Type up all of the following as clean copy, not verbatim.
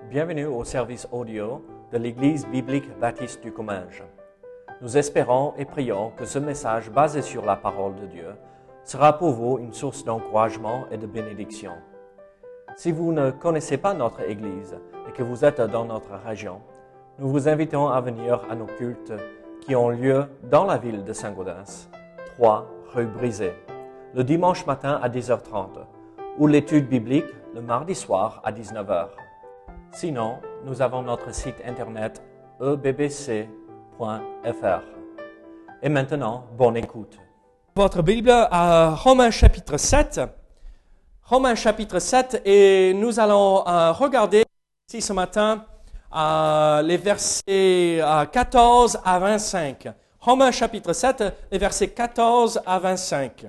Bienvenue au service audio de l'Église biblique baptiste du Comminges. Nous espérons et prions que ce message basé sur la parole de Dieu sera pour vous une source d'encouragement et de bénédiction. Si vous ne connaissez pas notre Église et que vous êtes dans notre région, nous vous invitons à venir à nos cultes qui ont lieu dans la ville de Saint-Gaudens, 3 rue Brisée, le dimanche matin à 10h30 ou l'étude biblique le mardi soir à 19h. Sinon, nous avons notre site internet ebbc.fr. Et maintenant, bonne écoute. Votre Bible à Romains chapitre 7. Romains chapitre 7 et nous allons regarder ici ce matin les versets 14 à 25. Romains chapitre 7, les versets 14 à 25.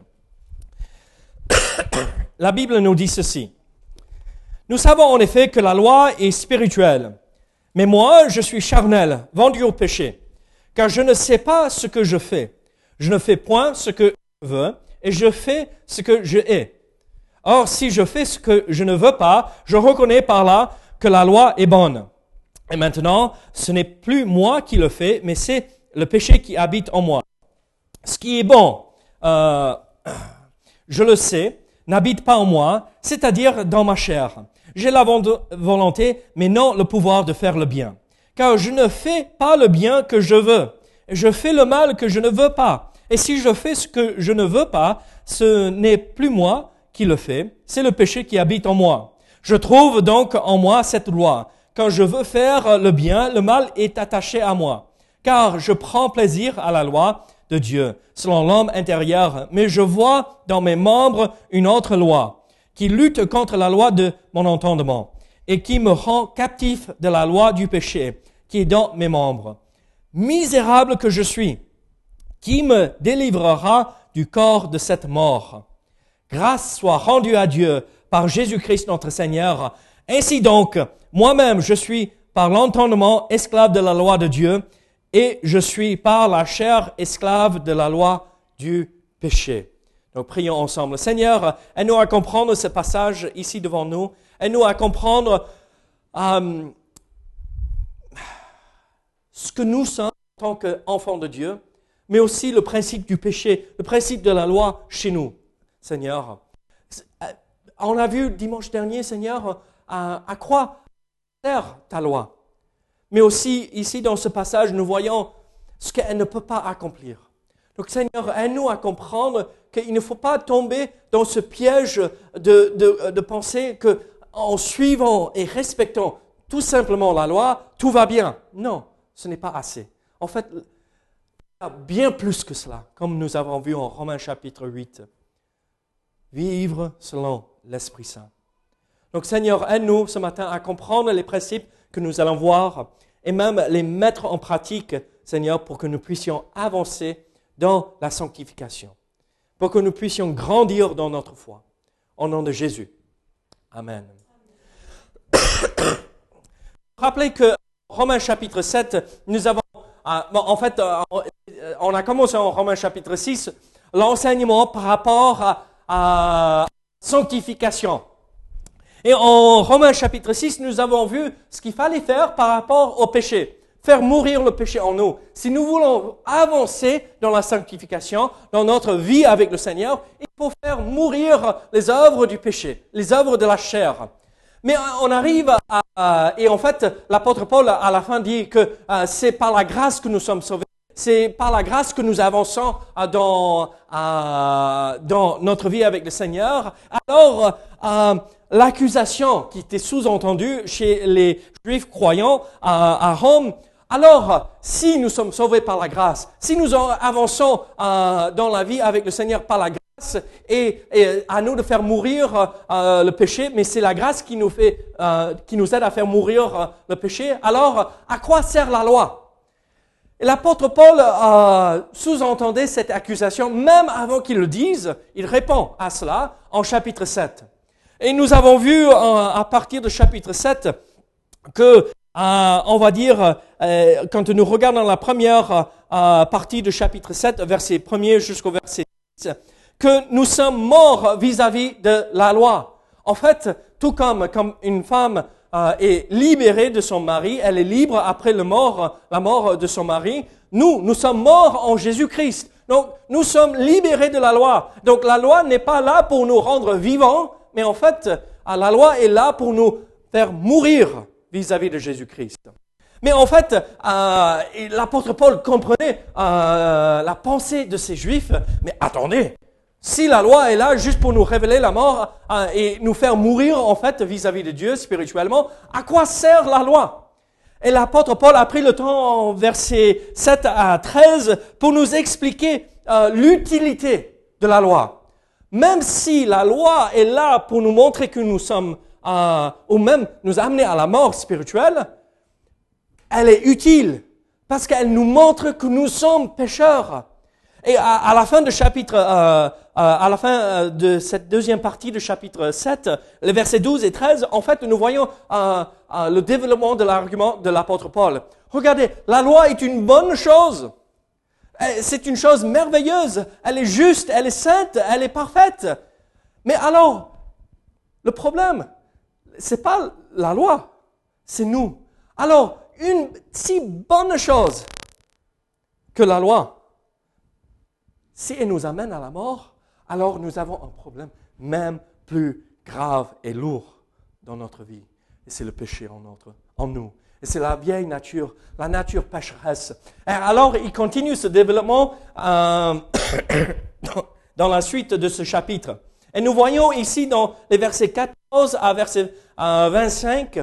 La Bible nous dit ceci. Nous savons en effet que la loi est spirituelle, mais moi je suis charnel, vendu au péché, car je ne sais pas ce que je fais. Je ne fais point ce que je veux, et je fais ce que je hais. Or, si je fais ce que je ne veux pas, je reconnais par là que la loi est bonne. Et maintenant, ce n'est plus moi qui le fais, mais c'est le péché qui habite en moi. Ce qui est bon, je le sais, n'habite pas en moi, c'est-à-dire dans ma chair. J'ai la volonté, mais non le pouvoir de faire le bien. Car je ne fais pas le bien que je veux. Je fais le mal que je ne veux pas. Et si je fais ce que je ne veux pas, ce n'est plus moi qui le fais, c'est le péché qui habite en moi. Je trouve donc en moi cette loi. Quand je veux faire le bien, le mal est attaché à moi. Car je prends plaisir à la loi de Dieu, selon l'homme intérieur, mais je vois dans mes membres une autre loi, qui lutte contre la loi de mon entendement, et qui me rend captif de la loi du péché, qui est dans mes membres. Misérable que je suis, qui me délivrera du corps de cette mort? Grâce soit rendue à Dieu par Jésus-Christ notre Seigneur. Ainsi donc, moi-même je suis par l'entendement esclave de la loi de Dieu, et je suis par la chair esclave de la loi du péché. Donc prions ensemble. Seigneur, aide-nous à comprendre ce passage ici devant nous. Aide-nous à comprendre ce que nous sommes en tant qu'enfants de Dieu, mais aussi le principe du péché, le principe de la loi chez nous, Seigneur. On a vu dimanche dernier, Seigneur, à quoi sert ta loi. Mais aussi, ici, dans ce passage, nous voyons ce qu'elle ne peut pas accomplir. Donc, Seigneur, aide-nous à comprendre qu'il ne faut pas tomber dans ce piège de penser qu'en suivant et respectant tout simplement la loi, tout va bien. Non, ce n'est pas assez. En fait, il y a bien plus que cela, comme nous avons vu en Romains chapitre 8. Vivre selon l'Esprit Saint. Donc, Seigneur, aide-nous ce matin à comprendre les principes que nous allons voir et même les mettre en pratique, Seigneur, pour que nous puissions avancer dans la sanctification, pour que nous puissions grandir dans notre foi. Au nom de Jésus. Amen. Rappelez que Romains chapitre 7, nous avons, on a commencé en Romains chapitre 6, l'enseignement par rapport à sanctification. Et en Romains chapitre 6, nous avons vu ce qu'il fallait faire par rapport au péché. Faire mourir le péché en nous. Si nous voulons avancer dans la sanctification, dans notre vie avec le Seigneur, il faut faire mourir les œuvres du péché, les œuvres de la chair. Mais on arrive et en fait, l'apôtre Paul à la fin dit que c'est par la grâce que nous sommes sauvés. C'est par la grâce que nous avançons dans notre vie avec le Seigneur. Alors, l'accusation qui était sous-entendue chez les Juifs croyants à Rome, alors, si nous sommes sauvés par la grâce, si nous avançons dans la vie avec le Seigneur par la grâce, et à nous de faire mourir le péché, mais c'est la grâce qui nous aide à faire mourir le péché, alors à quoi sert la loi? Et l'apôtre Paul sous-entendait cette accusation, même avant qu'il le dise, il répond à cela en chapitre 7. Et nous avons vu à partir de chapitre 7 que, on va dire, quand nous regardons la première partie de chapitre 7, verset 1er jusqu'au verset 10, que nous sommes morts vis-à-vis de la loi. En fait, tout comme une femme est libérée de son mari, elle est libre après la mort de son mari. Nous sommes morts en Jésus-Christ. Donc, nous sommes libérés de la loi. Donc, la loi n'est pas là pour nous rendre vivants, mais en fait, la loi est là pour nous faire mourir vis-à-vis de Jésus-Christ. Mais en fait, l'apôtre Paul comprenait la pensée de ces Juifs. Mais attendez, si la loi est là juste pour nous révéler la mort et nous faire mourir en fait vis-à-vis de Dieu spirituellement, à quoi sert la loi? Et l'apôtre Paul a pris le temps en versets 7 à 13 pour nous expliquer l'utilité de la loi. Même si la loi est là pour nous montrer que nous sommes, ou même nous amener à la mort spirituelle, elle est utile parce qu'elle nous montre que nous sommes pécheurs. Et à la fin de chapitre, à la fin de cette deuxième partie de chapitre 7, les versets 12 et 13, en fait, nous voyons le développement de l'argument de l'apôtre Paul. Regardez, la loi est une bonne chose. C'est une chose merveilleuse. Elle est juste, elle est sainte, elle est parfaite. Mais alors, le problème, c'est pas la loi, c'est nous. Alors, une si bonne chose que la loi, si elle nous amène à la mort, alors nous avons un problème même plus grave et lourd dans notre vie. Et c'est le péché en nous. Et c'est la vieille nature, la nature pécheresse. Et alors, il continue ce développement dans la suite de ce chapitre. Et nous voyons ici dans les versets 14 à verset 25,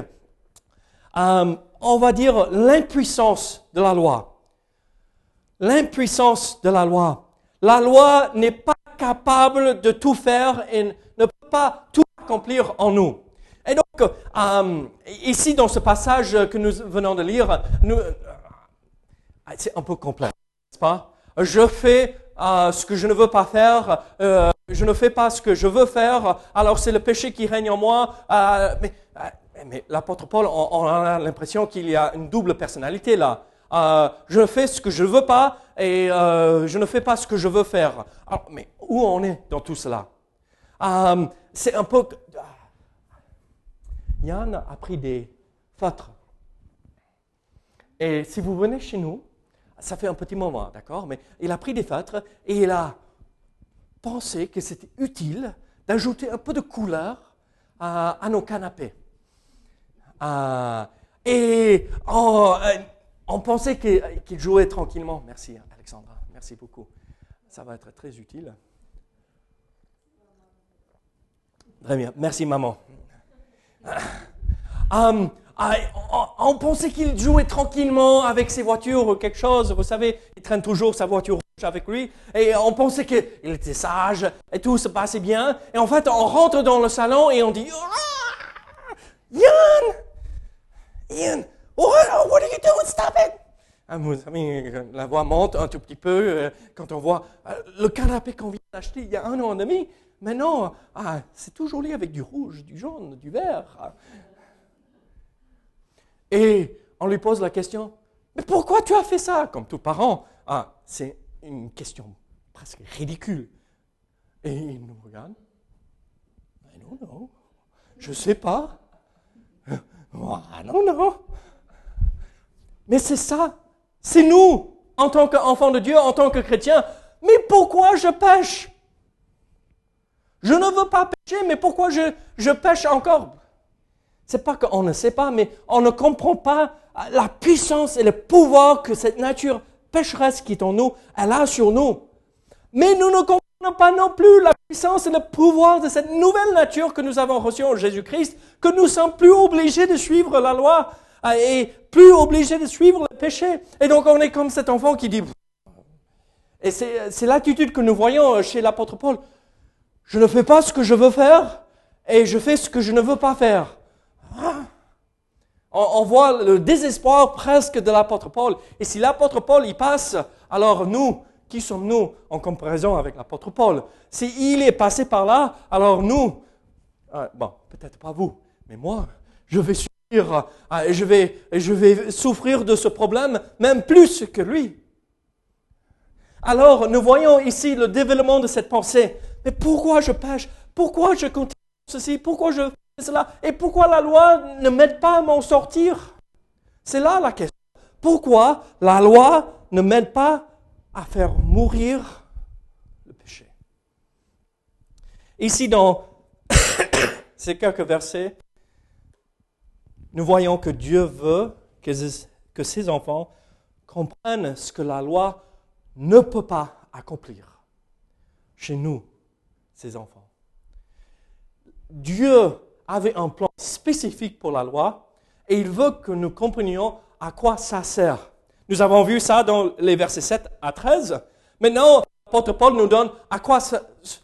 on va dire l'impuissance de la loi. L'impuissance de la loi. La loi n'est pas capable de tout faire et ne peut pas tout accomplir en nous. Et donc, ici dans ce passage que nous venons de lire, c'est un peu complexe, n'est-ce pas? Je fais ce que je ne veux pas faire, je ne fais pas ce que je veux faire, alors c'est le péché qui règne en moi. Mais l'apôtre Paul, on a l'impression qu'il y a une double personnalité là. Je fais ce que je ne veux pas et je ne fais pas ce que je veux faire. Alors, mais où on est dans tout cela? C'est un peu... Yann a pris des feutres. Et si vous venez chez nous, ça fait un petit moment, d'accord? Mais il a pris des feutres et il a pensé que c'était utile d'ajouter un peu de couleur à nos canapés. Et on pensait qu'il jouait tranquillement. Merci Alexandra, merci beaucoup. Ça va être très utile. Très bien, merci maman. On pensait qu'il jouait tranquillement avec ses voitures ou quelque chose. Vous savez, il traîne toujours sa voiture rouge avec lui. Et on pensait qu'il était sage et tout se passait bien. Et en fait, on rentre dans le salon et on dit ah, Ian, what are you doing? Stop it! Vous savez, la voix monte un tout petit peu quand on voit le canapé qu'on vient d'acheter il y a 1 an et demi. Mais non, c'est tout joli avec du rouge, du jaune, du vert. Et on lui pose la question, mais pourquoi tu as fait ça? Comme tout parent, c'est une question presque ridicule. Et il nous regarde. Non, je ne sais pas. Non. Mais c'est ça, c'est nous, en tant qu'enfants de Dieu, en tant que chrétiens. Mais pourquoi je pêche? Je ne veux pas pécher, mais pourquoi je pêche encore? C'est pas qu'on ne sait pas, mais on ne comprend pas la puissance et le pouvoir que cette nature pécheresse qui est en nous, elle a sur nous. Mais nous ne comprenons pas non plus la puissance et le pouvoir de cette nouvelle nature que nous avons reçue en Jésus-Christ, que nous sommes plus obligés de suivre la loi et plus obligés de suivre le péché. Et donc on est comme cet enfant qui dit... Et c'est l'attitude que nous voyons chez l'apôtre Paul. Je ne fais pas ce que je veux faire et je fais ce que je ne veux pas faire. On voit le désespoir presque de l'apôtre Paul. Et si l'apôtre Paul y passe, alors nous, qui sommes-nous en comparaison avec l'apôtre Paul? S'il est passé par là, alors nous, peut-être pas vous, mais moi, je vais subir, je vais souffrir de ce problème, même plus que lui. Alors, nous voyons ici le développement de cette pensée. Mais pourquoi je pêche? Pourquoi je continue ceci? Pourquoi je cela. Et pourquoi la loi ne m'aide pas à m'en sortir? C'est là la question. Pourquoi la loi ne m'aide pas à faire mourir le péché? Ici, dans ces quelques versets, nous voyons que Dieu veut que ses enfants comprennent ce que la loi ne peut pas accomplir chez nous, ses enfants. Dieu avait un plan spécifique pour la loi et il veut que nous comprenions à quoi ça sert. Nous avons vu ça dans les versets 7 à 13. Maintenant, l'apôtre Paul nous donne à quoi ça...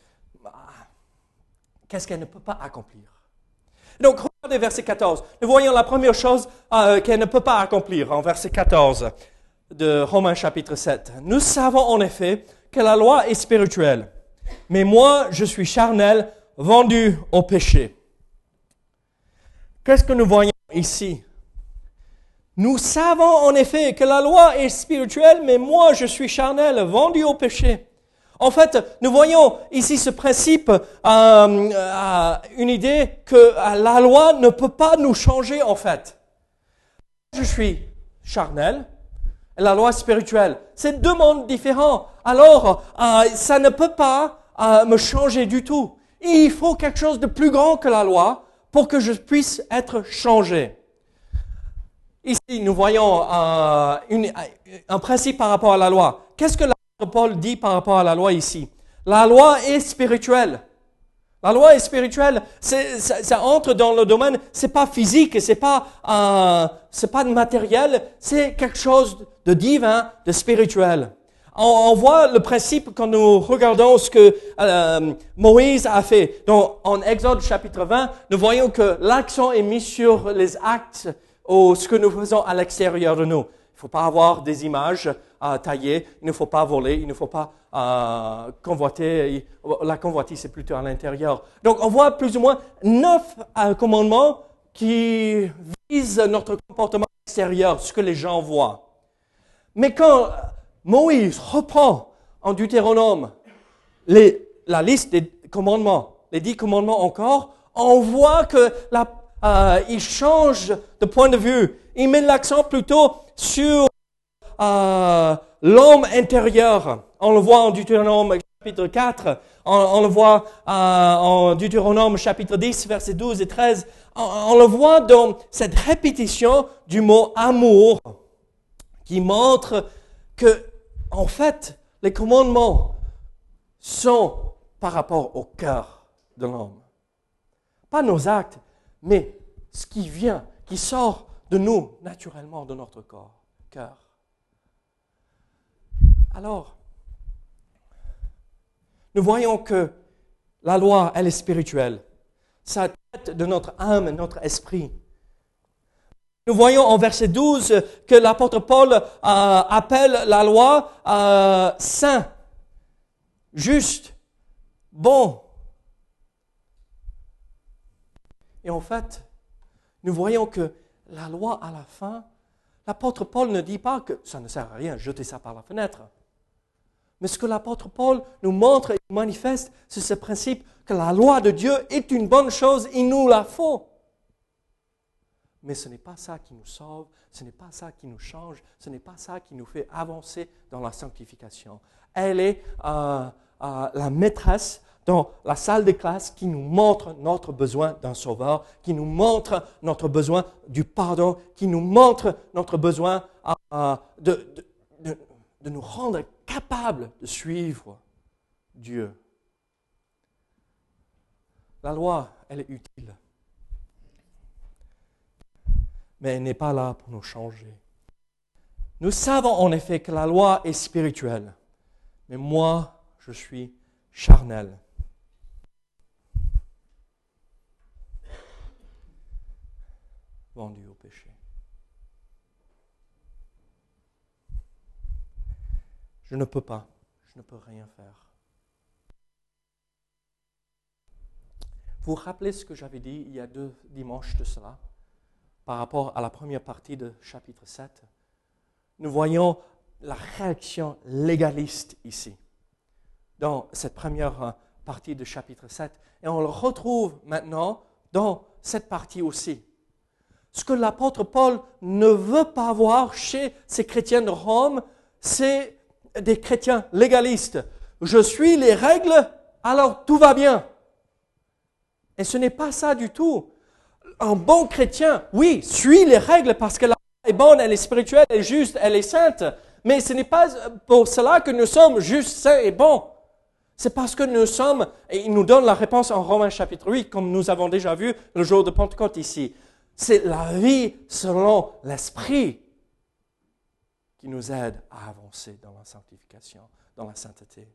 Qu'est-ce qu'elle ne peut pas accomplir. Donc, regardez verset 14. Nous voyons la première chose qu'elle ne peut pas accomplir en verset 14 de Romains chapitre 7. Nous savons en effet que la loi est spirituelle, mais moi, je suis charnel, vendu au péché. Qu'est-ce que nous voyons ici? Nous savons en effet que la loi est spirituelle, mais moi, je suis charnel, vendu au péché. En fait, nous voyons ici ce principe, une idée que la loi ne peut pas nous changer en fait. Je suis charnel, et la loi spirituelle. C'est deux mondes différents. Alors, ça ne peut pas me changer du tout. Il faut quelque chose de plus grand que la loi pour que je puisse être changé. Ici, nous voyons un principe par rapport à la loi. Qu'est-ce que l'apôtre Paul dit par rapport à la loi ici? La loi est spirituelle. La loi est spirituelle. Ça entre dans le domaine, c'est pas physique, c'est pas de matériel, c'est quelque chose de divin, de spirituel. On voit le principe quand nous regardons ce que Moïse a fait. Donc, en Exode chapitre 20, nous voyons que l'accent est mis sur les actes ou ce que nous faisons à l'extérieur de nous. Il ne faut pas avoir des images taillées, il ne faut pas voler, il ne faut pas convoiter. La convoitise, c'est plutôt à l'intérieur. Donc, on voit plus ou moins 9 commandements qui visent notre comportement extérieur, ce que les gens voient. Mais quand Moïse reprend en Deutéronome la liste des commandements, les 10 commandements encore, on voit que il change de point de vue. Il met l'accent plutôt sur l'homme intérieur. On le voit en Deutéronome chapitre 4, on le voit en Deutéronome chapitre 10, versets 12 et 13. On le voit dans cette répétition du mot amour qui montre que, en fait, les commandements sont par rapport au cœur de l'homme. Pas nos actes, mais ce qui vient, qui sort de nous naturellement, de notre cœur. Alors, nous voyons que la loi, elle est spirituelle. Ça traite de notre âme, notre esprit. Nous voyons en verset 12 que l'apôtre Paul appelle la loi saint, juste, bon. Et en fait, nous voyons que la loi à la fin, l'apôtre Paul ne dit pas que ça ne sert à rien, jetez ça par la fenêtre. Mais ce que l'apôtre Paul nous montre et nous manifeste, c'est ce principe que la loi de Dieu est une bonne chose, il nous la faut. Mais ce n'est pas ça qui nous sauve, ce n'est pas ça qui nous change, ce n'est pas ça qui nous fait avancer dans la sanctification. Elle est la maîtresse dans la salle de classe qui nous montre notre besoin d'un sauveur, qui nous montre notre besoin du pardon, qui nous montre notre besoin de nous rendre capables de suivre Dieu. La loi, elle est utile. Mais elle n'est pas là pour nous changer. Nous savons en effet que la loi est spirituelle, mais moi, je suis charnel. Vendu au péché. Je ne peux pas, je ne peux rien faire. Vous vous rappelez ce que j'avais dit il y a 2 dimanches de cela, par rapport à la première partie de chapitre 7? Nous voyons la réaction légaliste ici, dans cette première partie de chapitre 7. Et on le retrouve maintenant dans cette partie aussi. Ce que l'apôtre Paul ne veut pas voir chez ces chrétiens de Rome, c'est des chrétiens légalistes. Je suis les règles, alors tout va bien. Et ce n'est pas ça du tout. Un bon chrétien, oui, suit les règles parce que la loi est bonne, elle est spirituelle, elle est juste, elle est sainte. Mais ce n'est pas pour cela que nous sommes justes, saints et bons. C'est parce que nous sommes, et il nous donne la réponse en Romains chapitre 8, comme nous avons déjà vu le jour de Pentecôte ici. C'est la vie selon l'Esprit qui nous aide à avancer dans la sanctification, dans la sainteté.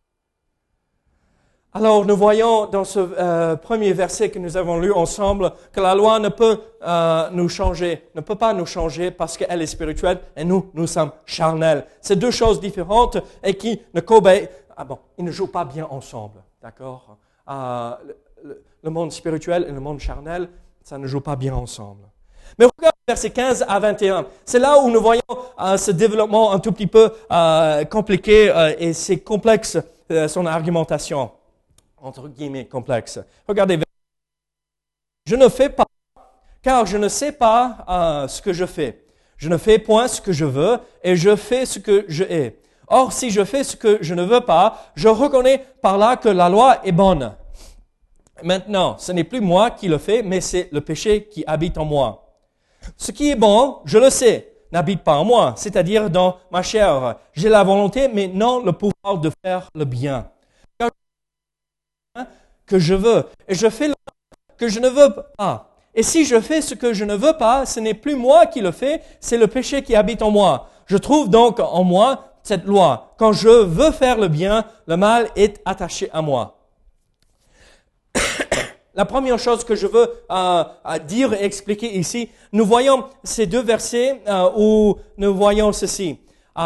Alors, nous voyons dans ce premier verset que nous avons lu ensemble que la loi ne peut nous changer, ne peut pas nous changer parce qu'elle est spirituelle et nous sommes charnels. C'est deux choses différentes et qui ne ils ne jouent pas bien ensemble, d'accord? Le monde spirituel et le monde charnel, ça ne joue pas bien ensemble. Mais regarde versets 15 à 21. C'est là où nous voyons ce développement un tout petit peu compliqué et c'est complexe son argumentation. Entre guillemets, complexe. Regardez, je ne fais pas, car je ne sais pas ce que je fais. Je ne fais point ce que je veux, et je fais ce que je hais. Or, si je fais ce que je ne veux pas, je reconnais par là que la loi est bonne. Maintenant, ce n'est plus moi qui le fais, mais c'est le péché qui habite en moi. Ce qui est bon, je le sais, n'habite pas en moi, c'est-à-dire dans ma chair. J'ai la volonté, mais non le pouvoir de faire le bien. Que je veux, et je fais ce que je ne veux pas. Et si je fais ce que je ne veux pas, ce n'est plus moi qui le fais, c'est le péché qui habite en moi. Je trouve donc en moi cette loi. Quand je veux faire le bien, le mal est attaché à moi. La première chose que je veux dire et expliquer ici, nous voyons ces deux versets où nous voyons ceci.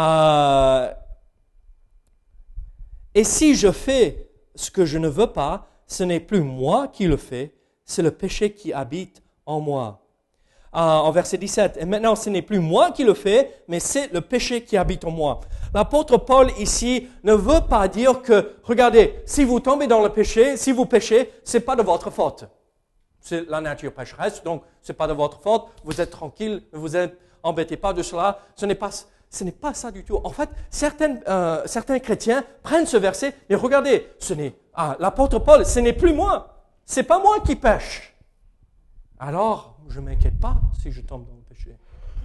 Et si je fais ce que je ne veux pas, ce n'est plus moi qui le fais, c'est le péché qui habite en moi. En verset 17, et maintenant ce n'est plus moi qui le fais, mais c'est le péché qui habite en moi. L'apôtre Paul ici ne veut pas dire que, regardez, si vous tombez dans le péché, si vous péchez, c'est pas de votre faute. C'est la nature pécheresse, donc c'est pas de votre faute, vous êtes tranquille, ne vous embêtez pas de cela, ce n'est pas ça du tout. En fait, certains chrétiens prennent ce verset et regardez, l'apôtre Paul, ce n'est plus moi. C'est pas moi qui pêche. Alors, je ne m'inquiète pas si je tombe dans le péché.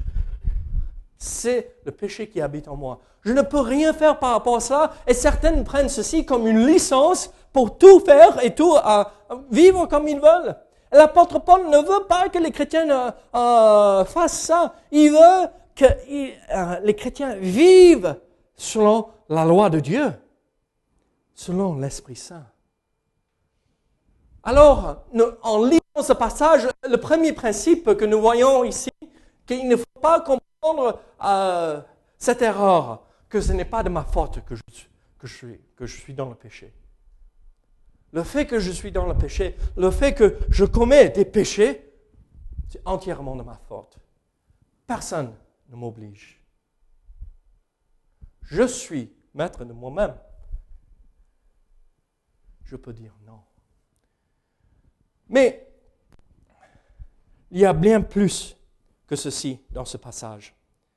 C'est le péché qui habite en moi. Je ne peux rien faire par rapport à cela. Et certains prennent ceci comme une licence pour tout faire et tout vivre comme ils veulent. Et l'apôtre Paul ne veut pas que les chrétiens fassent ça. Il veut que les chrétiens vivent selon la loi de Dieu, selon l'Esprit Saint. Alors, en lisant ce passage, le premier principe que nous voyons ici, qu'il ne faut pas comprendre cette erreur, que ce n'est pas de ma faute que je suis dans le péché. Le fait que je suis dans le péché, le fait que je commets des péchés, c'est entièrement de ma faute. Personne ne m'oblige. Je suis maître de moi-même. Je peux dire non. Mais il y a bien plus que ceci dans ce passage.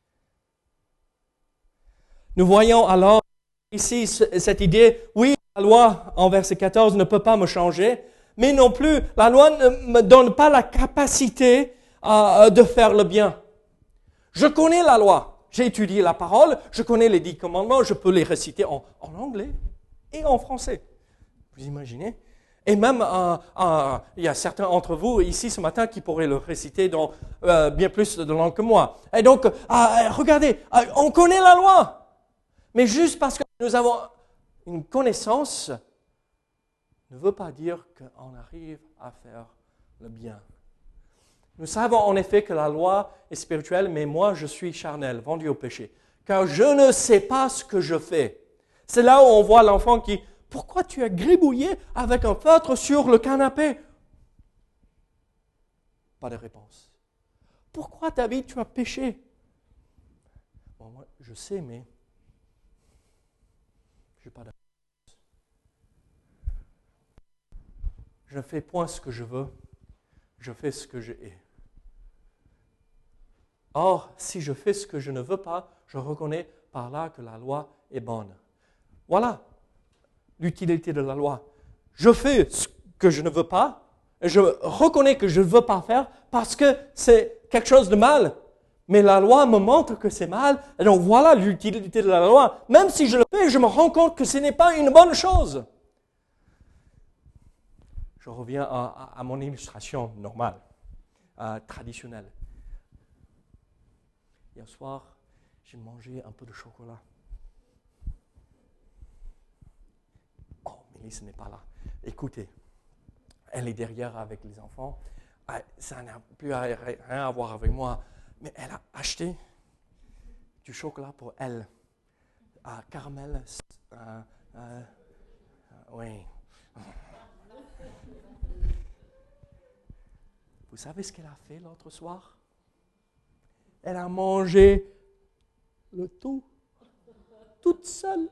Nous voyons alors ici cette idée, oui, la loi en verset 14 ne peut pas me changer, mais non plus, la loi ne me donne pas la capacité de faire le bien. Je connais la loi, j'ai étudié la parole, je connais les 10 commandements, je peux les réciter en anglais et en français. Vous imaginez? Et même, il y a certains d'entre vous ici ce matin qui pourraient le réciter dans bien plus de langues que moi. Et donc, regardez, on connaît la loi. Mais juste parce que nous avons une connaissance, ne veut pas dire qu'on arrive à faire le bien. Nous savons en effet que la loi est spirituelle, mais moi je suis charnel, vendu au péché. Car je ne sais pas ce que je fais. C'est là où on voit l'enfant qui... Pourquoi tu as gribouillé avec un feutre sur le canapé? Pas de réponse. Pourquoi David, tu as péché? Bon, moi, je sais, mais je n'ai pas de réponse. Je ne fais point ce que je veux. je fais ce que je hais. Or, si je fais ce que je ne veux pas, je reconnais par là que la loi est bonne. Voilà l'utilité de la loi. Je fais ce que je ne veux pas, et je reconnais que je ne veux pas faire parce que c'est quelque chose de mal. Mais la loi me montre que c'est mal, et donc voilà l'utilité de la loi. Même si je le fais, je me rends compte que ce n'est pas une bonne chose. Je reviens à mon illustration normale, traditionnelle. Hier soir, j'ai mangé un peu de chocolat. Oh, Mélisse n'est pas là. Écoutez, elle est derrière avec les enfants. Ça n'a plus rien à voir avec moi. Mais elle a acheté du chocolat pour elle. Caramel. Oui. Vous savez ce qu'elle a fait l'autre soir? Elle a mangé le tout, toute seule.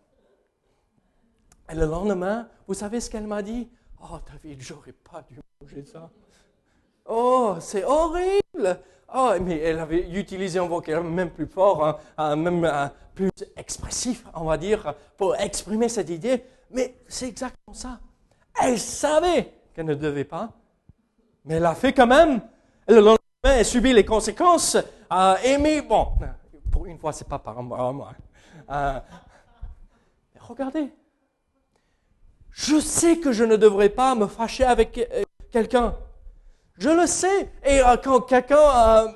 Et le lendemain, vous savez ce qu'elle m'a dit? Oh, David, j'aurais pas dû manger ça. Oh, c'est horrible! Oh, mais elle avait utilisé un vocabulaire même plus fort, même plus expressif, on va dire, pour exprimer cette idée. Mais c'est exactement ça. Elle savait qu'elle ne devait pas, mais elle l'a fait quand même. Et le lendemain, elle subit les conséquences. Mais bon, pour une fois, c'est pas par moi. Regardez. Je sais que je ne devrais pas me fâcher avec quelqu'un. Je le sais. Et quand quelqu'un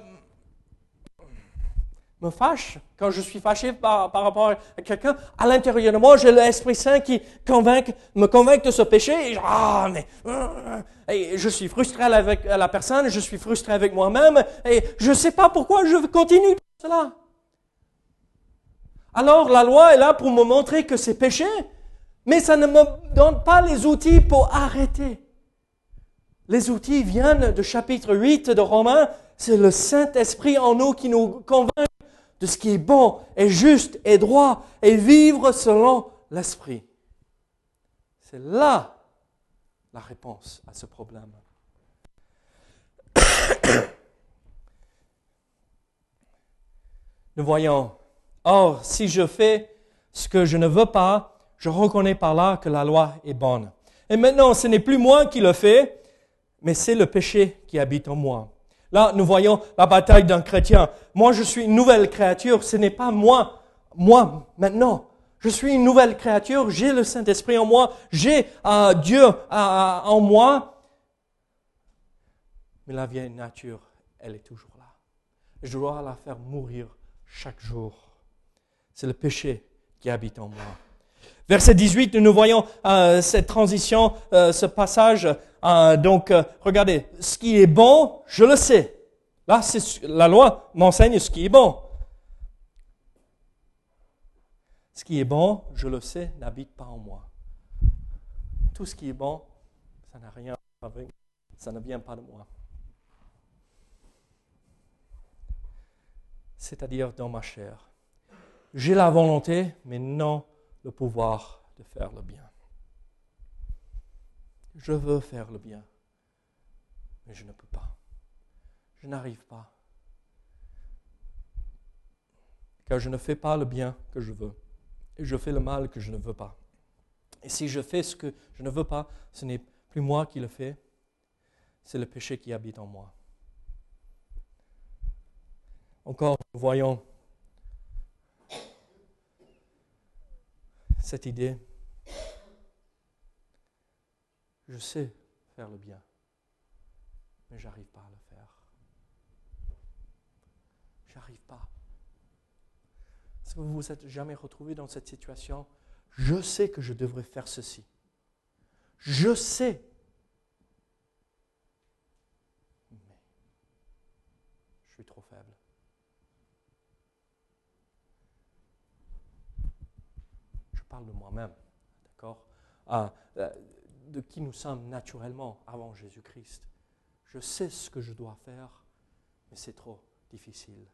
me fâche, quand je suis fâché par rapport à quelqu'un, à l'intérieur de moi, j'ai l'Esprit Saint qui me convainc de ce péché. Et je suis frustré avec la personne, je suis frustré avec moi-même, et je ne sais pas pourquoi je continue cela. Alors la loi est là pour me montrer que c'est péché, mais ça ne me donne pas les outils pour arrêter. Les outils viennent du chapitre 8 de Romains. C'est le Saint-Esprit en nous qui nous convainc de ce qui est bon et juste et droit et vivre selon l'Esprit. C'est là la réponse à ce problème. Nous voyons, or, si je fais ce que je ne veux pas, je reconnais par là que la loi est bonne. Et maintenant, ce n'est plus moi qui le fais, mais c'est le péché qui habite en moi. Là, nous voyons la bataille d'un chrétien. Moi, je suis une nouvelle créature. Ce n'est pas moi maintenant. Je suis une nouvelle créature. J'ai le Saint-Esprit en moi. J'ai Dieu en moi. Mais la vieille nature, elle est toujours là. Je dois la faire mourir chaque jour. C'est le péché qui habite en moi. Verset 18, nous voyons cette transition, ce passage. Regardez, ce qui est bon, je le sais. Là, la loi m'enseigne ce qui est bon. Ce qui est bon, je le sais, n'habite pas en moi. Tout ce qui est bon, ça n'a rien à voir, ça ne vient pas de moi. C'est-à-dire dans ma chair. J'ai la volonté, mais non le pouvoir de faire le bien. Je veux faire le bien, mais je ne peux pas. Je n'arrive pas. Car je ne fais pas le bien que je veux. Et je fais le mal que je ne veux pas. Et si je fais ce que je ne veux pas, ce n'est plus moi qui le fais, c'est le péché qui habite en moi. Encore, nous voyons cette idée. Je sais faire le bien, mais je n'arrive pas à le faire. Je n'arrive pas. Est-ce que vous vous êtes jamais retrouvé dans cette situation? Je sais que je devrais faire ceci. Je sais. Mais je suis trop faible. Je parle de moi-même, d'accord? De qui nous sommes naturellement avant Jésus-Christ. Je sais ce que je dois faire, mais c'est trop difficile.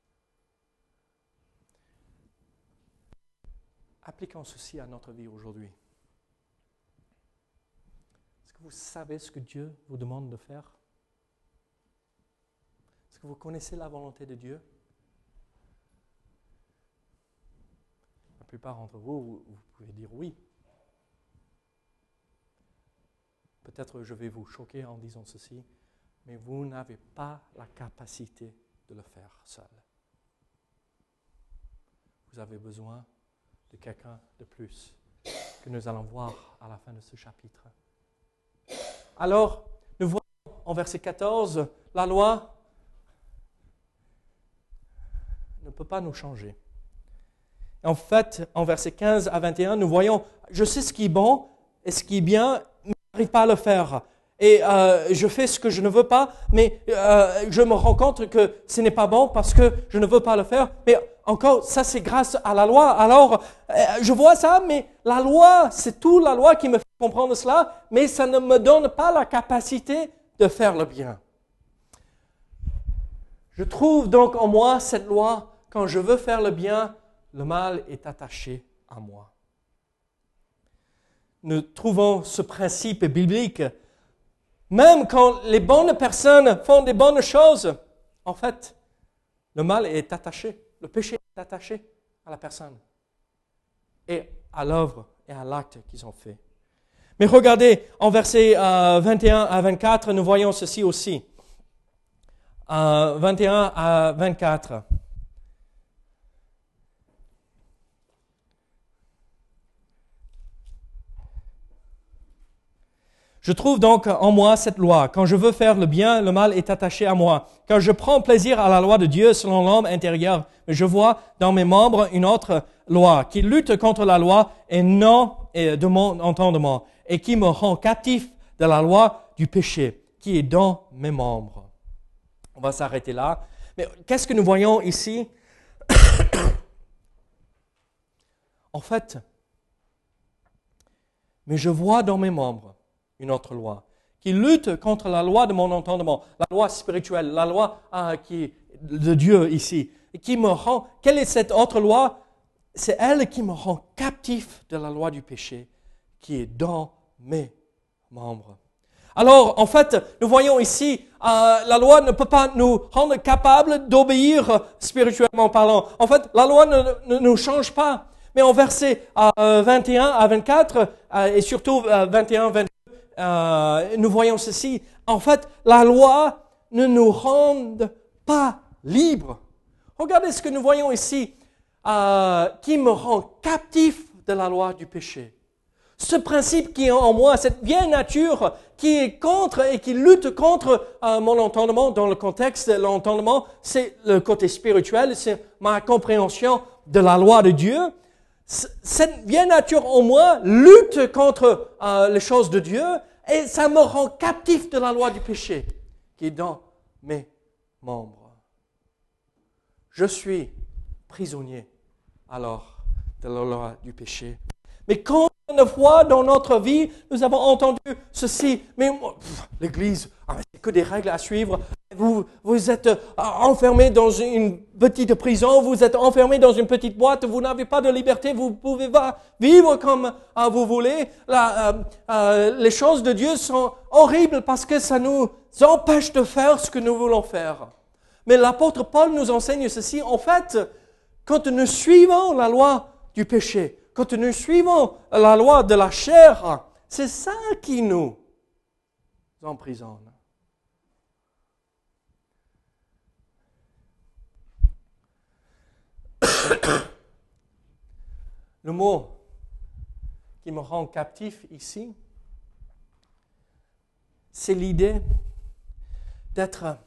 Appliquons ceci à notre vie aujourd'hui. Est-ce que vous savez ce que Dieu vous demande de faire? Est-ce que vous connaissez la volonté de Dieu? La plupart d'entre vous, vous pouvez dire oui. Peut-être je vais vous choquer en disant ceci, mais vous n'avez pas la capacité de le faire seul. Vous avez besoin de quelqu'un de plus que nous allons voir à la fin de ce chapitre. Alors, nous voyons en verset 14, la loi ne peut pas nous changer. En fait, en versets 15 à 21, nous voyons, je sais ce qui est bon et ce qui est bien, mais je n'arrive pas à le faire. Et je fais ce que je ne veux pas, mais je me rends compte que ce n'est pas bon parce que je ne veux pas le faire. Mais encore, ça c'est grâce à la loi. Alors, je vois ça, mais la loi, c'est tout la loi qui me fait comprendre cela, mais ça ne me donne pas la capacité de faire le bien. Je trouve donc en moi cette loi, quand je veux faire le bien, le mal est attaché à moi. Nous trouvons ce principe biblique. Même quand les bonnes personnes font des bonnes choses, en fait, le mal est attaché, le péché est attaché à la personne et à l'œuvre et à l'acte qu'ils ont fait. Mais regardez, en versets 21 à 24, nous voyons ceci aussi. 21 à 24. Je trouve donc en moi cette loi. Quand je veux faire le bien, le mal est attaché à moi. Quand je prends plaisir à la loi de Dieu selon l'homme intérieur, je vois dans mes membres une autre loi qui lutte contre la loi et non de mon entendement et qui me rend captif de la loi du péché qui est dans mes membres. On va s'arrêter là. Mais qu'est-ce que nous voyons ici? En fait, mais je vois dans mes membres une autre loi, qui lutte contre la loi de mon entendement, la loi spirituelle, la loi qui est de Dieu ici, et qui me rend, quelle est cette autre loi? C'est elle qui me rend captif de la loi du péché, qui est dans mes membres. Alors, en fait, nous voyons ici, la loi ne peut pas nous rendre capables d'obéir spirituellement parlant. En fait, la loi ne nous change pas. Mais en versets 21 à 24, et surtout 21-22, nous voyons ceci. En fait, la loi ne nous rend pas libres. Regardez ce que nous voyons ici, qui me rend captif de la loi du péché. Ce principe qui est en moi, cette vieille nature qui est contre et qui lutte contre mon entendement, dans le contexte, l'entendement, c'est le côté spirituel, c'est ma compréhension de la loi de Dieu. Cette vieille nature en moi lutte contre les choses de Dieu et ça me rend captif de la loi du péché qui est dans mes membres. Je suis prisonnier alors de la loi du péché. Mais combien de fois dans notre vie nous avons entendu ceci, mais l'Église, c'est que des règles à suivre. Vous êtes enfermé dans une petite prison, vous êtes enfermé dans une petite boîte, vous n'avez pas de liberté, vous ne pouvez pas vivre comme vous voulez. Les choses de Dieu sont horribles parce que ça nous empêche de faire ce que nous voulons faire. Mais l'apôtre Paul nous enseigne ceci. En fait, quand nous suivons la loi du péché, quand nous suivons la loi de la chair, c'est ça qui nous emprisonne. Le mot qui me rend captif ici, c'est l'idée d'être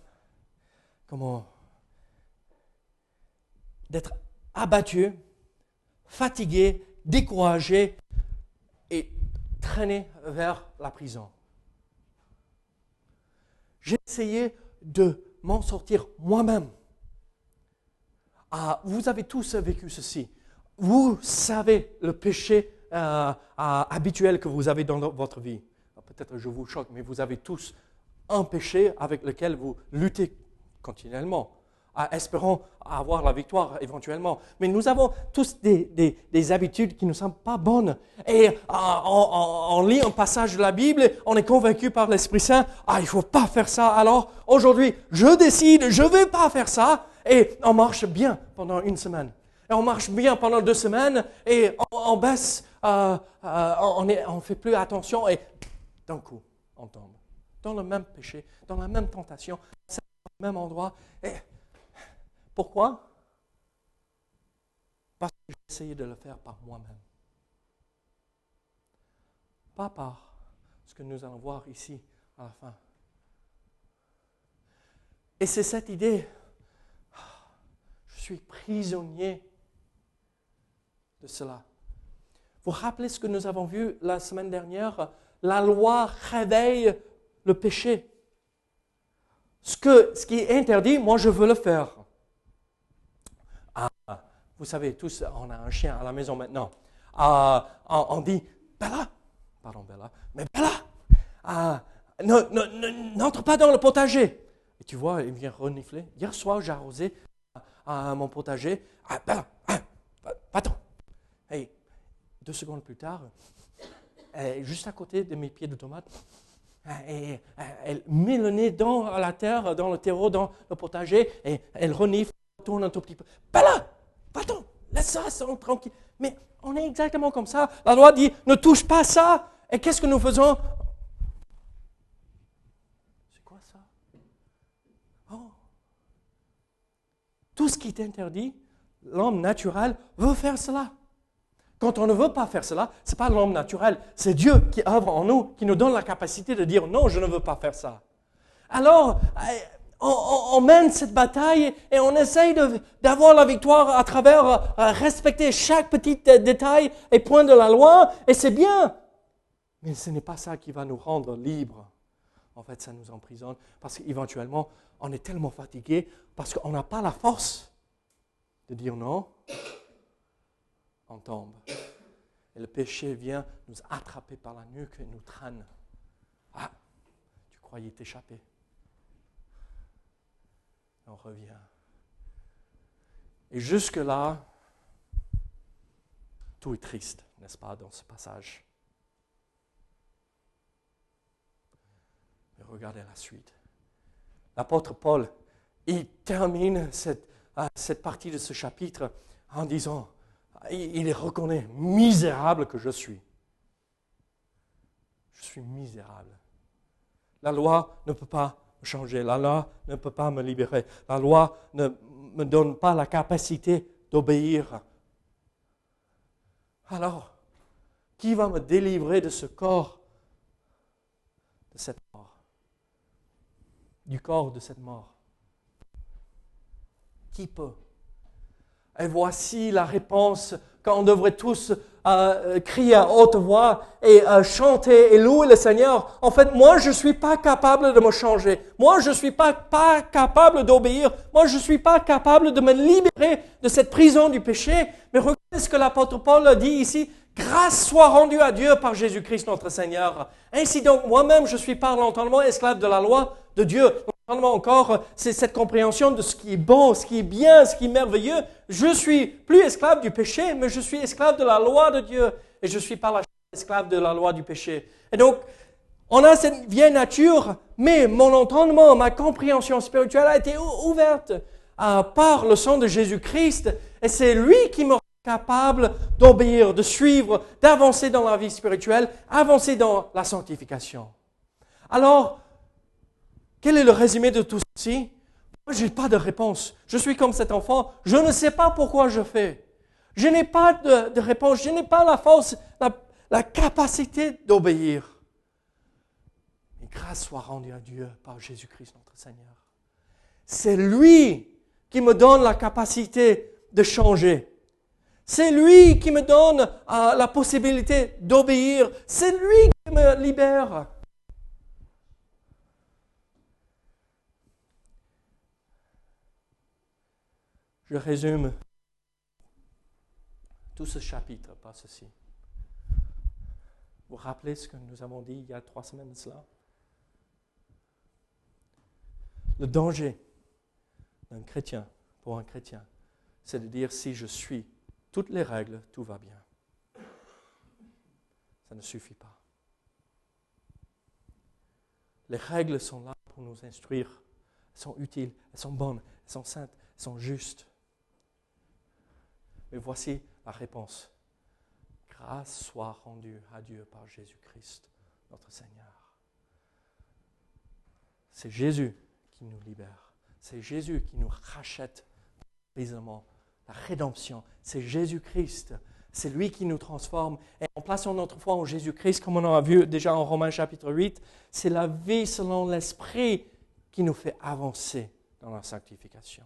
abattu, fatigué, découragé et traîné vers la prison. J'ai essayé de m'en sortir moi-même. Vous avez tous vécu ceci. Vous savez le péché habituel que vous avez dans votre vie. Peut-être je vous choque, mais vous avez tous un péché avec lequel vous luttez continuellement. espérons avoir la victoire éventuellement. Mais nous avons tous des habitudes qui ne sont pas bonnes. Et on lit un passage de la Bible, on est convaincu par l'Esprit Saint, il ne faut pas faire ça. Alors aujourd'hui, je décide, je ne vais pas faire ça. Et on marche bien pendant une semaine. Et on marche bien pendant 2 semaines et on baisse, on ne fait plus attention et d'un coup, on tombe dans le même péché, dans la même tentation, dans le même endroit. Et pourquoi? Parce que j'ai essayé de le faire par moi-même. Pas par ce que nous allons voir ici à la fin. Et c'est cette idée, je suis prisonnier de cela. Vous vous rappelez ce que nous avons vu la semaine dernière? La loi réveille le péché. Ce qui est interdit, moi je veux le faire. Vous savez, tous, on a un chien à la maison maintenant. On dit, Bella, mais Bella, n'entre pas dans le potager. Et tu vois, il vient renifler. Hier soir, j'ai arrosé mon potager. Bella, va-t'en. Hey, 2 secondes plus tard, juste à côté de mes pieds de tomates, elle met le nez dans la terre, dans le terreau, dans le potager, et elle renifle, tourne un tout petit peu. Bella, va-t'en, laisse ça tranquille. Mais on est exactement comme ça. La loi dit, ne touche pas ça. Et qu'est-ce que nous faisons? C'est quoi ça? Oh. Tout ce qui est interdit, l'homme naturel veut faire cela. Quand on ne veut pas faire cela, ce n'est pas l'homme naturel, c'est Dieu qui œuvre en nous, qui nous donne la capacité de dire non, je ne veux pas faire ça. Alors, on mène cette bataille et on essaye d'avoir la victoire à travers respecter chaque petit détail et point de la loi, et c'est bien. Mais ce n'est pas ça qui va nous rendre libres. En fait, ça nous emprisonne parce qu'éventuellement, on est tellement fatigué parce qu'on n'a pas la force de dire non. On tombe. Et le péché vient nous attraper par la nuque et nous traîne. Tu croyais t'échapper. On revient. Et jusque-là, tout est triste, n'est-ce pas, dans ce passage. Mais regardez la suite. L'apôtre Paul, il termine cette partie de ce chapitre en disant, il reconnaît, misérable que je suis. Je suis misérable. La loi ne peut pas me changer. La loi ne peut pas me libérer. La loi ne me donne pas la capacité d'obéir. Alors, qui va me délivrer de ce corps, de cette mort? Du corps de cette mort? Qui peut? Et voici la réponse quand on devrait tous crier à haute voix et chanter et louer le Seigneur. En fait, moi, je ne suis pas capable de me changer. Moi, je ne suis pas capable d'obéir. Moi, je ne suis pas capable de me libérer de cette prison du péché. Mais regardez ce que l'apôtre Paul dit ici. Grâce soit rendue à Dieu par Jésus-Christ notre Seigneur. Ainsi donc, moi-même, je suis par l'entendement esclave de la loi de Dieu. Encore, c'est cette compréhension de ce qui est bon, ce qui est bien, ce qui est merveilleux. Je suis plus esclave du péché, mais je suis esclave de la loi de Dieu. Et je suis par la chair esclave de la loi du péché. Et donc, on a cette vieille nature, mais mon entendement, ma compréhension spirituelle a été ouverte par le sang de Jésus-Christ. Et c'est lui qui me rend capable d'obéir, de suivre, d'avancer dans la vie spirituelle, avancer dans la sanctification. Alors, quel est le résumé de tout ceci? Moi, je n'ai pas de réponse. Je suis comme cet enfant. Je ne sais pas pourquoi je fais. Je n'ai pas de réponse. Je n'ai pas la force, la capacité d'obéir. Mais grâce soit rendue à Dieu par Jésus-Christ notre Seigneur. C'est lui qui me donne la capacité de changer. C'est lui qui me donne la possibilité d'obéir. C'est lui qui me libère. Je résume tout ce chapitre par ceci. Vous vous rappelez ce que nous avons dit il y a 3 semaines de cela? Le danger d'un chrétien, pour un chrétien, c'est de dire si je suis toutes les règles, tout va bien. Ça ne suffit pas. Les règles sont là pour nous instruire. Elles sont utiles, elles sont bonnes, elles sont saintes, elles sont justes. Mais voici la réponse. Grâce soit rendue à Dieu par Jésus-Christ, notre Seigneur. C'est Jésus qui nous libère. C'est Jésus qui nous rachète précisément la rédemption. C'est Jésus-Christ. C'est lui qui nous transforme. Et en plaçant notre foi en Jésus-Christ, comme on a vu déjà en Romains chapitre 8, c'est la vie selon l'Esprit qui nous fait avancer dans la sanctification.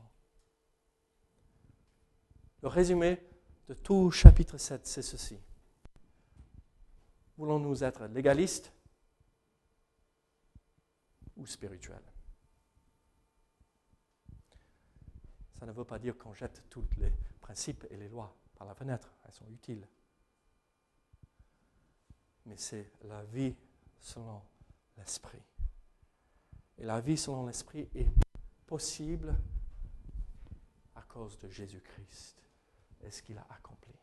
Le résumé de tout chapitre 7, c'est ceci. Voulons-nous être légalistes ou spirituels? Ça ne veut pas dire qu'on jette tous les principes et les lois par la fenêtre. Elles sont utiles. Mais c'est la vie selon l'Esprit. Et la vie selon l'Esprit est possible à cause de Jésus-Christ et ce qu'il a accompli.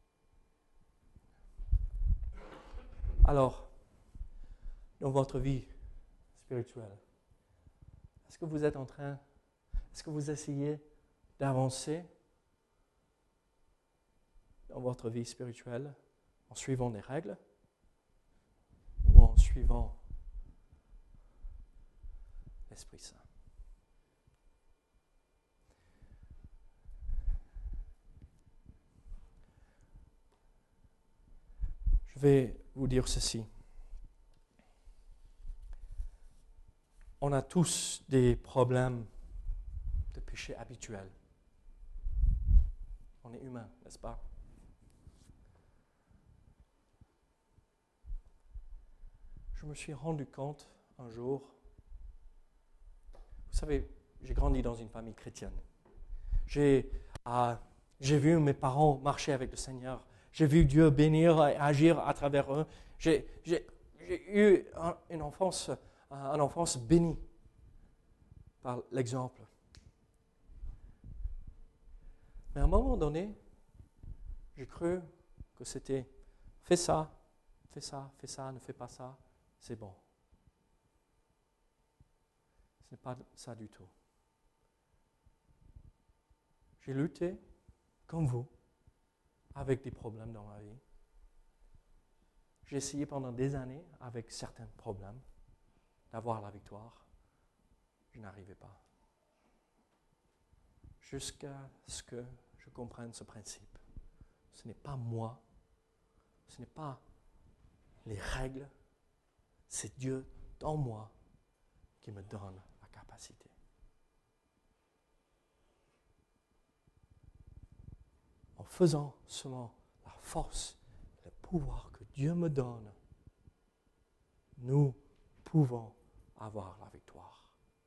Alors, dans votre vie spirituelle, est-ce que vous essayez d'avancer dans votre vie spirituelle en suivant les règles ou en suivant l'Esprit Saint? Je vais vous dire ceci. On a tous des problèmes de péché habituels. On est humain, n'est-ce pas? Je me suis rendu compte un jour, vous savez, j'ai grandi dans une famille chrétienne. J'ai vu mes parents marcher avec le Seigneur. J'ai vu Dieu bénir et agir à travers eux. J'ai eu une enfance bénie par l'exemple. Mais à un moment donné, j'ai cru que c'était fais ça, ne fais pas ça, c'est bon. Ce n'est pas ça du tout. J'ai lutté, comme vous, avec des problèmes dans ma vie. J'ai essayé pendant des années, avec certains problèmes, d'avoir la victoire. Je n'arrivais pas. Jusqu'à ce que je comprenne ce principe. Ce n'est pas moi, ce n'est pas les règles, c'est Dieu dans moi qui me donne la capacité. En faisant selon la force et le pouvoir que Dieu me donne, nous pouvons avoir la victoire.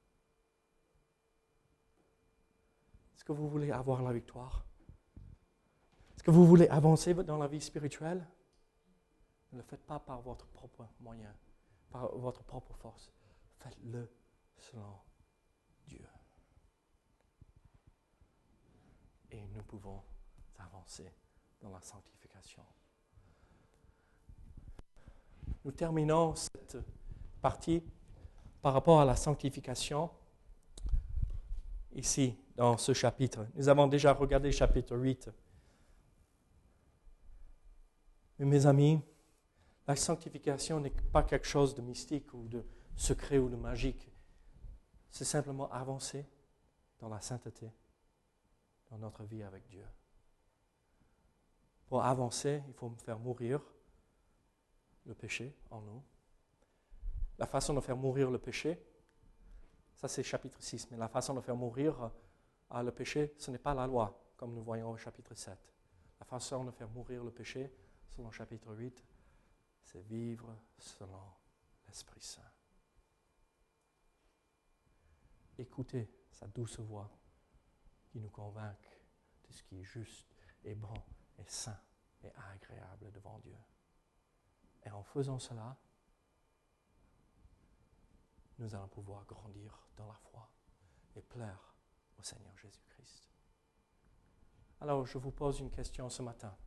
Est-ce que vous voulez avoir la victoire? Est-ce que vous voulez avancer dans la vie spirituelle? Ne le faites pas par votre propre moyen, par votre propre force. Faites-le selon Dieu. Et nous pouvons avancer dans la sanctification. Nous terminons cette partie par rapport à la sanctification ici dans ce chapitre. Nous avons déjà regardé le chapitre 8. Mais mes amis, la sanctification n'est pas quelque chose de mystique ou de secret ou de magique. C'est simplement avancer dans la sainteté, dans notre vie avec Dieu. Pour avancer, il faut faire mourir le péché en nous. La façon de faire mourir le péché, ça c'est chapitre 6, mais la façon de faire mourir le péché, ce n'est pas la loi, comme nous voyons au chapitre 7. La façon de faire mourir le péché, selon chapitre 8, c'est vivre selon l'Esprit Saint. Écoutez sa douce voix qui nous convainc de ce qui est juste et bon et saint et agréable devant Dieu. Et en faisant cela, nous allons pouvoir grandir dans la foi et plaire au Seigneur Jésus-Christ. Alors, je vous pose une question ce matin.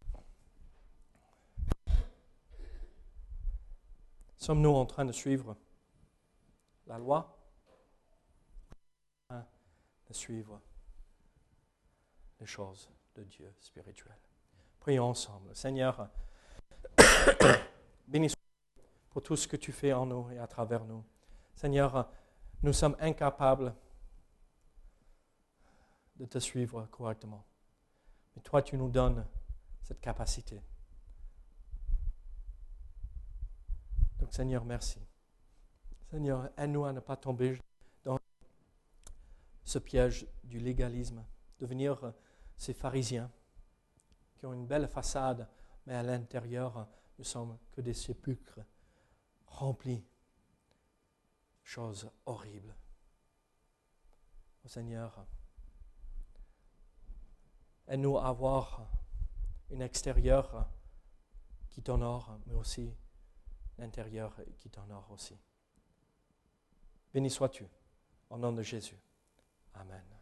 Sommes-nous en train de suivre la loi? De suivre les choses de Dieu spirituel. Prions ensemble. Seigneur, bénis pour tout ce que tu fais en nous et à travers nous. Seigneur, nous sommes incapables de te suivre correctement. Mais toi, tu nous donnes cette capacité. Donc, Seigneur, merci. Seigneur, aide-nous à ne pas tomber dans ce piège du légalisme, devenir ces pharisiens qui ont une belle façade, mais à l'intérieur, nous sommes que des sépulcres remplis de choses horribles. Oh Seigneur, aide-nous à avoir un extérieur qui t'honore, mais aussi l'intérieur qui t'honore aussi. Béni sois-tu, au nom de Jésus. Amen.